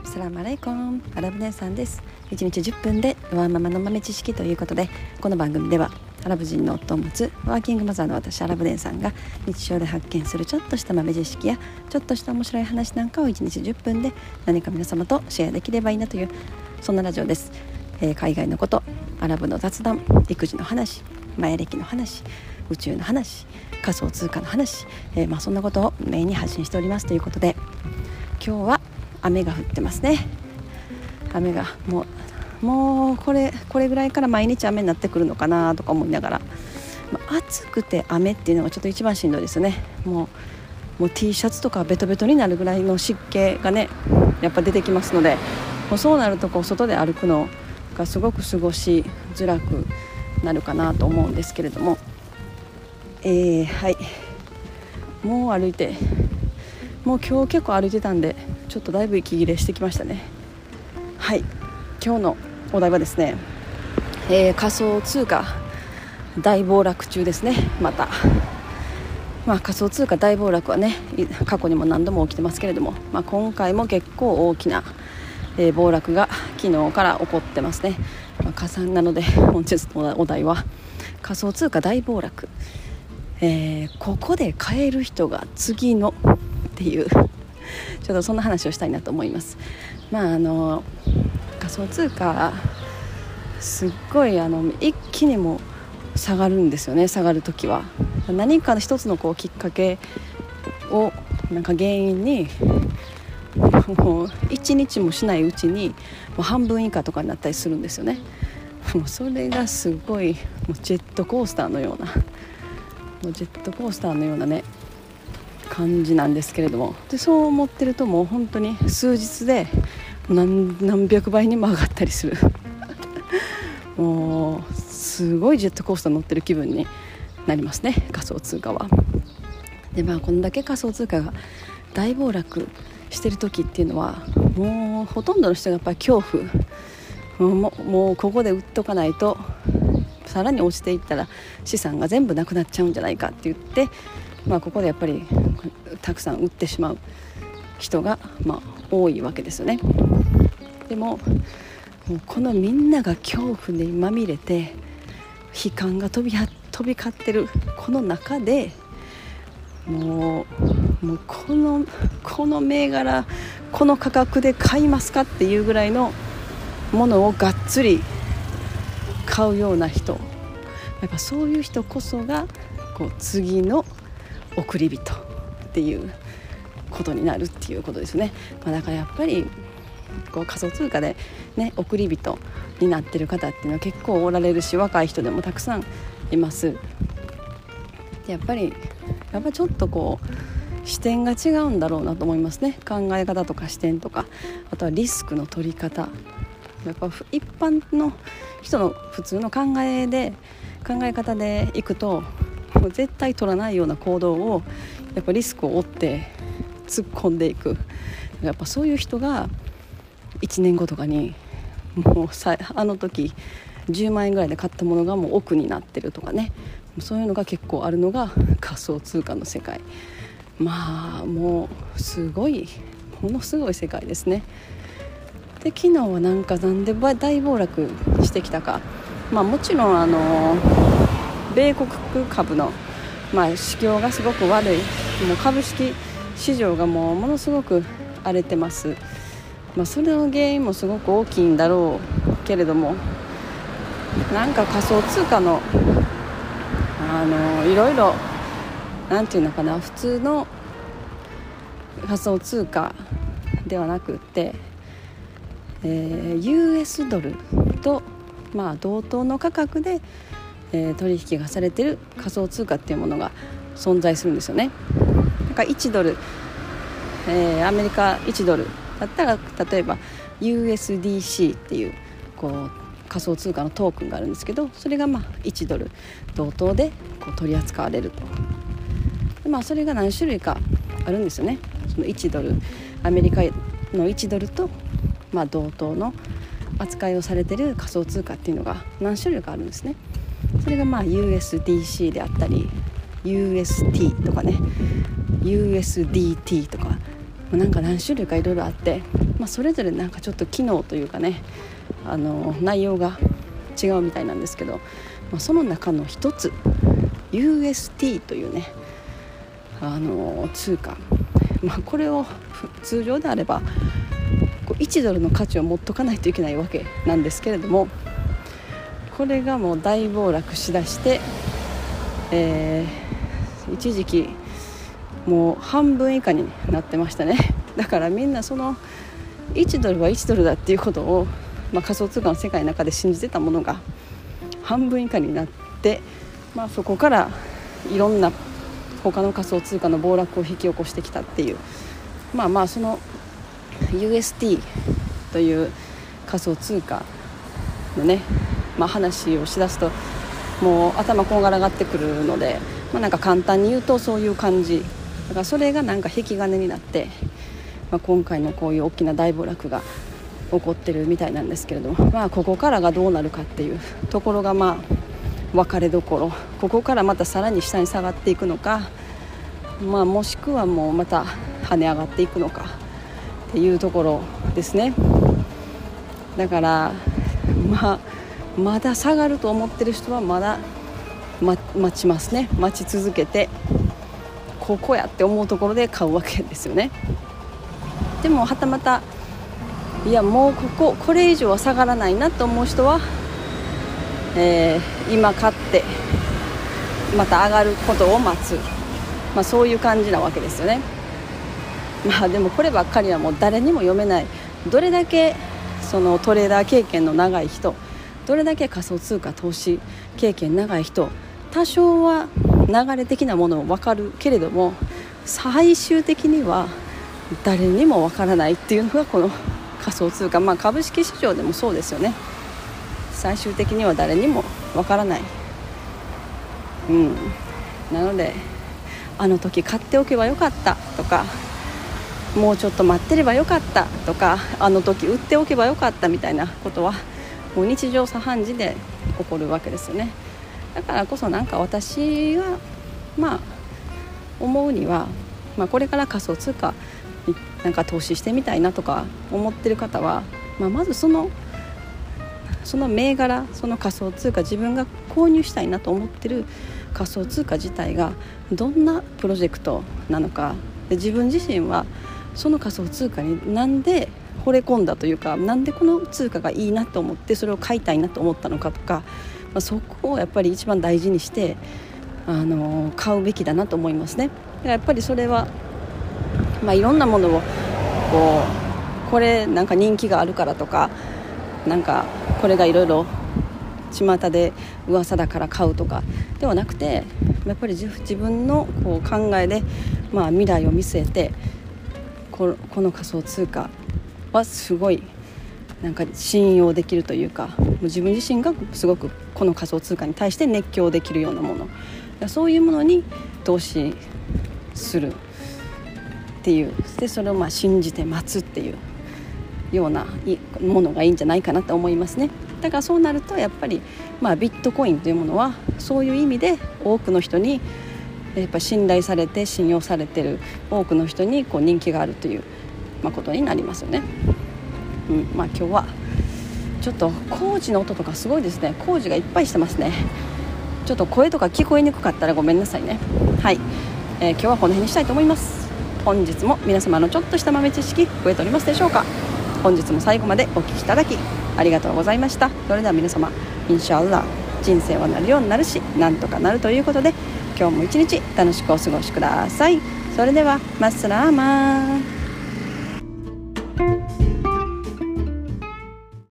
サラムアレイコン、アラブ姉さんです。1日10分でワーママの豆知識ということで、この番組ではアラブ人の夫を持つワーキングマザーの私アラブ姉さんが日常で発見するちょっとした豆知識やちょっとした面白い話なんかを1日10分で何か皆様とシェアできればいいなという、そんなラジオです。海外のこと、アラブの雑談、育児の話、前歴の話、宇宙の話、仮想通貨の話、そんなことをメインに発信しておりますということで、今日は雨が降ってますね。雨がもうこれぐらいから毎日雨になってくるのかなとか思いながら、暑くて雨っていうのがちょっと一番しんどいですね。もう T シャツとかベトベトになるぐらいの湿気がねやっぱ出てきますので、もうそうなると外で歩くのがすごく過ごしづらくなるかなと思うんですけれども、もう歩いてもう今日結構歩いてたんでちょっとだいぶ息切れしてきましたね。はい、今日のお題はですね、仮想通貨大暴落中ですね。仮想通貨大暴落はね過去にも何度も起きてますけれども、今回も結構大きな、暴落が昨日から起こってますね。加算なので本日のお題は仮想通貨大暴落、ここで買える人が次のっていうちょっとそんな話をしたいなと思います。仮想通貨すっごい一気にも下がるんですよね。下がるときは何か一つのきっかけを原因にもう1日もしないうちにもう半分以下とかになったりするんですよね。もうそれがすごいジェットコースターのようなね感じなんですけれども、でそう思ってるともう本当に数日で何百倍にも上がったりするもうすごいジェットコースター乗ってる気分になりますね、仮想通貨は。でこんだけ仮想通貨が大暴落してる時っていうのはもうほとんどの人がやっぱり恐怖、もうここで売っとかないとさらに落ちていったら資産が全部なくなっちゃうんじゃないかって言って、ここでやっぱりたくさん売ってしまう人が多いわけですよね。でもこのみんなが恐怖にまみれて悲観が飛び交ってるこの中でもうこの銘柄この価格で買いますかっていうぐらいのものをがっつり買うような人、やっぱそういう人こそが次の送り人っていうことになるっていうことですね。だからやっぱり仮想通貨でね送り人になってる方っていうのは結構おられるし、若い人でもたくさんいます。でやっぱりちょっと視点が違うんだろうなと思いますね。考え方とか視点とか、あとはリスクの取り方、やっぱ一般の人の普通の考え方でいくともう絶対取らないような行動をやっぱリスクを負って突っ込んでいく。やっぱそういう人が1年後とかにもうあの時10万円ぐらいで買ったものがもう億になってるとかね、そういうのが結構あるのが仮想通貨の世界。もうものすごい世界ですね。で昨日はなんで大暴落してきたか、もちろん米国株の市況がすごく悪い、もう株式市場がものすごく荒れてます。それの原因もすごく大きいんだろうけれども、仮想通貨のいろいろなんていうのかな、普通の仮想通貨ではなくって、US ドルと同等の価格で、取引がされている仮想通貨っていうものが存在するんですよね。1ドル、アメリカ1ドルだったら例えば USDC っていう仮想通貨のトークンがあるんですけど、それが1ドル同等で取り扱われると。でそれが何種類かあるんですよね。その1ドルアメリカの1ドルと同等の扱いをされている仮想通貨っていうのが何種類かあるんですね。それがUSDC であったり UST とかね USDT とかなんか何種類かいろいろあって、それぞれなんかちょっと機能というかね、内容が違うみたいなんですけど、その中の一つ UST というね通貨、これを通常であれば1ドルの価値を持っとかないといけないわけなんですけれども、これがもう大暴落しだして、一時期もう半分以下になってましたね。だからみんなその1ドルは1ドルだっていうことを、仮想通貨の世界の中で信じてたものが半分以下になって、そこからいろんな他の仮想通貨の暴落を引き起こしてきたっていう、その UST という仮想通貨のね、話をしだすともう頭こんがらがってくるので、なんか簡単に言うとそういう感じだから、それがなんか引き金になって、今回のこういう大きな大暴落が起こってるみたいなんですけれども、ここからがどうなるかっていうところが分かれどころ。ここからまたさらに下に下がっていくのか、もしくはもうまた跳ね上がっていくのかっていうところですね。だからまだ下がると思ってる人はまだ待ちますね。待ち続けてここやって思うところで買うわけですよね。でもはたまたいやもうこれ以上は下がらないなと思う人は、今買ってまた上がることを待つ、そういう感じなわけですよね。でもこればっかりはもう誰にも読めない。どれだけそのトレーダー経験の長い人、どれだけ仮想通貨投資経験長い人、多少は流れ的なものも分かるけれども、最終的には誰にも分からないっていうのがこの仮想通貨、株式市場でもそうですよね。最終的には誰にも分からない、なのであの時買っておけばよかったとか、もうちょっと待ってればよかったとか、あの時売っておけばよかったみたいなことはもう日常茶飯事で起こるわけですよね。だからこそなんか私が思うには、これから仮想通貨になんか投資してみたいなとか思ってる方は、まずその銘柄、その仮想通貨、自分が購入したいなと思ってる仮想通貨自体がどんなプロジェクトなのか、で自分自身はその仮想通貨になんで惚れ込んだというか、なんでこの通貨がいいなと思ってそれを買いたいなと思ったのかとか、そこをやっぱり一番大事にして買うべきだなと思いますね。やっぱりそれは、いろんなものをこれなんか人気があるからとか、なんかこれがいろいろ巷で噂だから買うとかではなくて、やっぱり自分の考えで、未来を見据えてこの仮想通貨はすごいなんか信用できるというか、自分自身がすごくこの仮想通貨に対して熱狂できるようなもの、そういうものに投資するっていう、でそれを信じて待つっていうようなものがいいんじゃないかなと思いますね。だからそうなるとやっぱり、ビットコインというものはそういう意味で多くの人にやっぱ信頼されて信用されている、多くの人に人気があるという、ことになりますよね。今日はちょっと工事の音とかすごいですね。工事がいっぱいしてますね。ちょっと声とか聞こえにくかったらごめんなさいね。はい、今日はこの辺にしたいと思います。本日も皆様のちょっとした豆知識増えておりますでしょうか。本日も最後までお聞きいただきありがとうございました。それでは皆様、インシャアラ人生はなるようになるし、なんとかなるということで、今日も一日楽しくお過ごしください。それではマッサラーマー。